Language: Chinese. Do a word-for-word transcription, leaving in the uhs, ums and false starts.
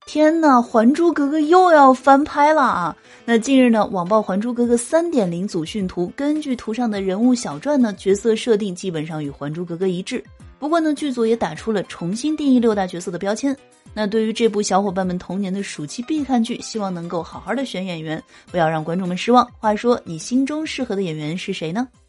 天呐，还珠格格又要翻拍了啊！那近日呢，网曝还珠格格 三点零 组训图，根据图上的人物小传呢，角色设定基本上与还珠格格一致。不过呢，剧组也打出了重新定义六大角色的标签。那对于这部小伙伴们童年的暑期必看剧，希望能够好好的选演员，不要让观众们失望。话说，你心中适合的演员是谁呢？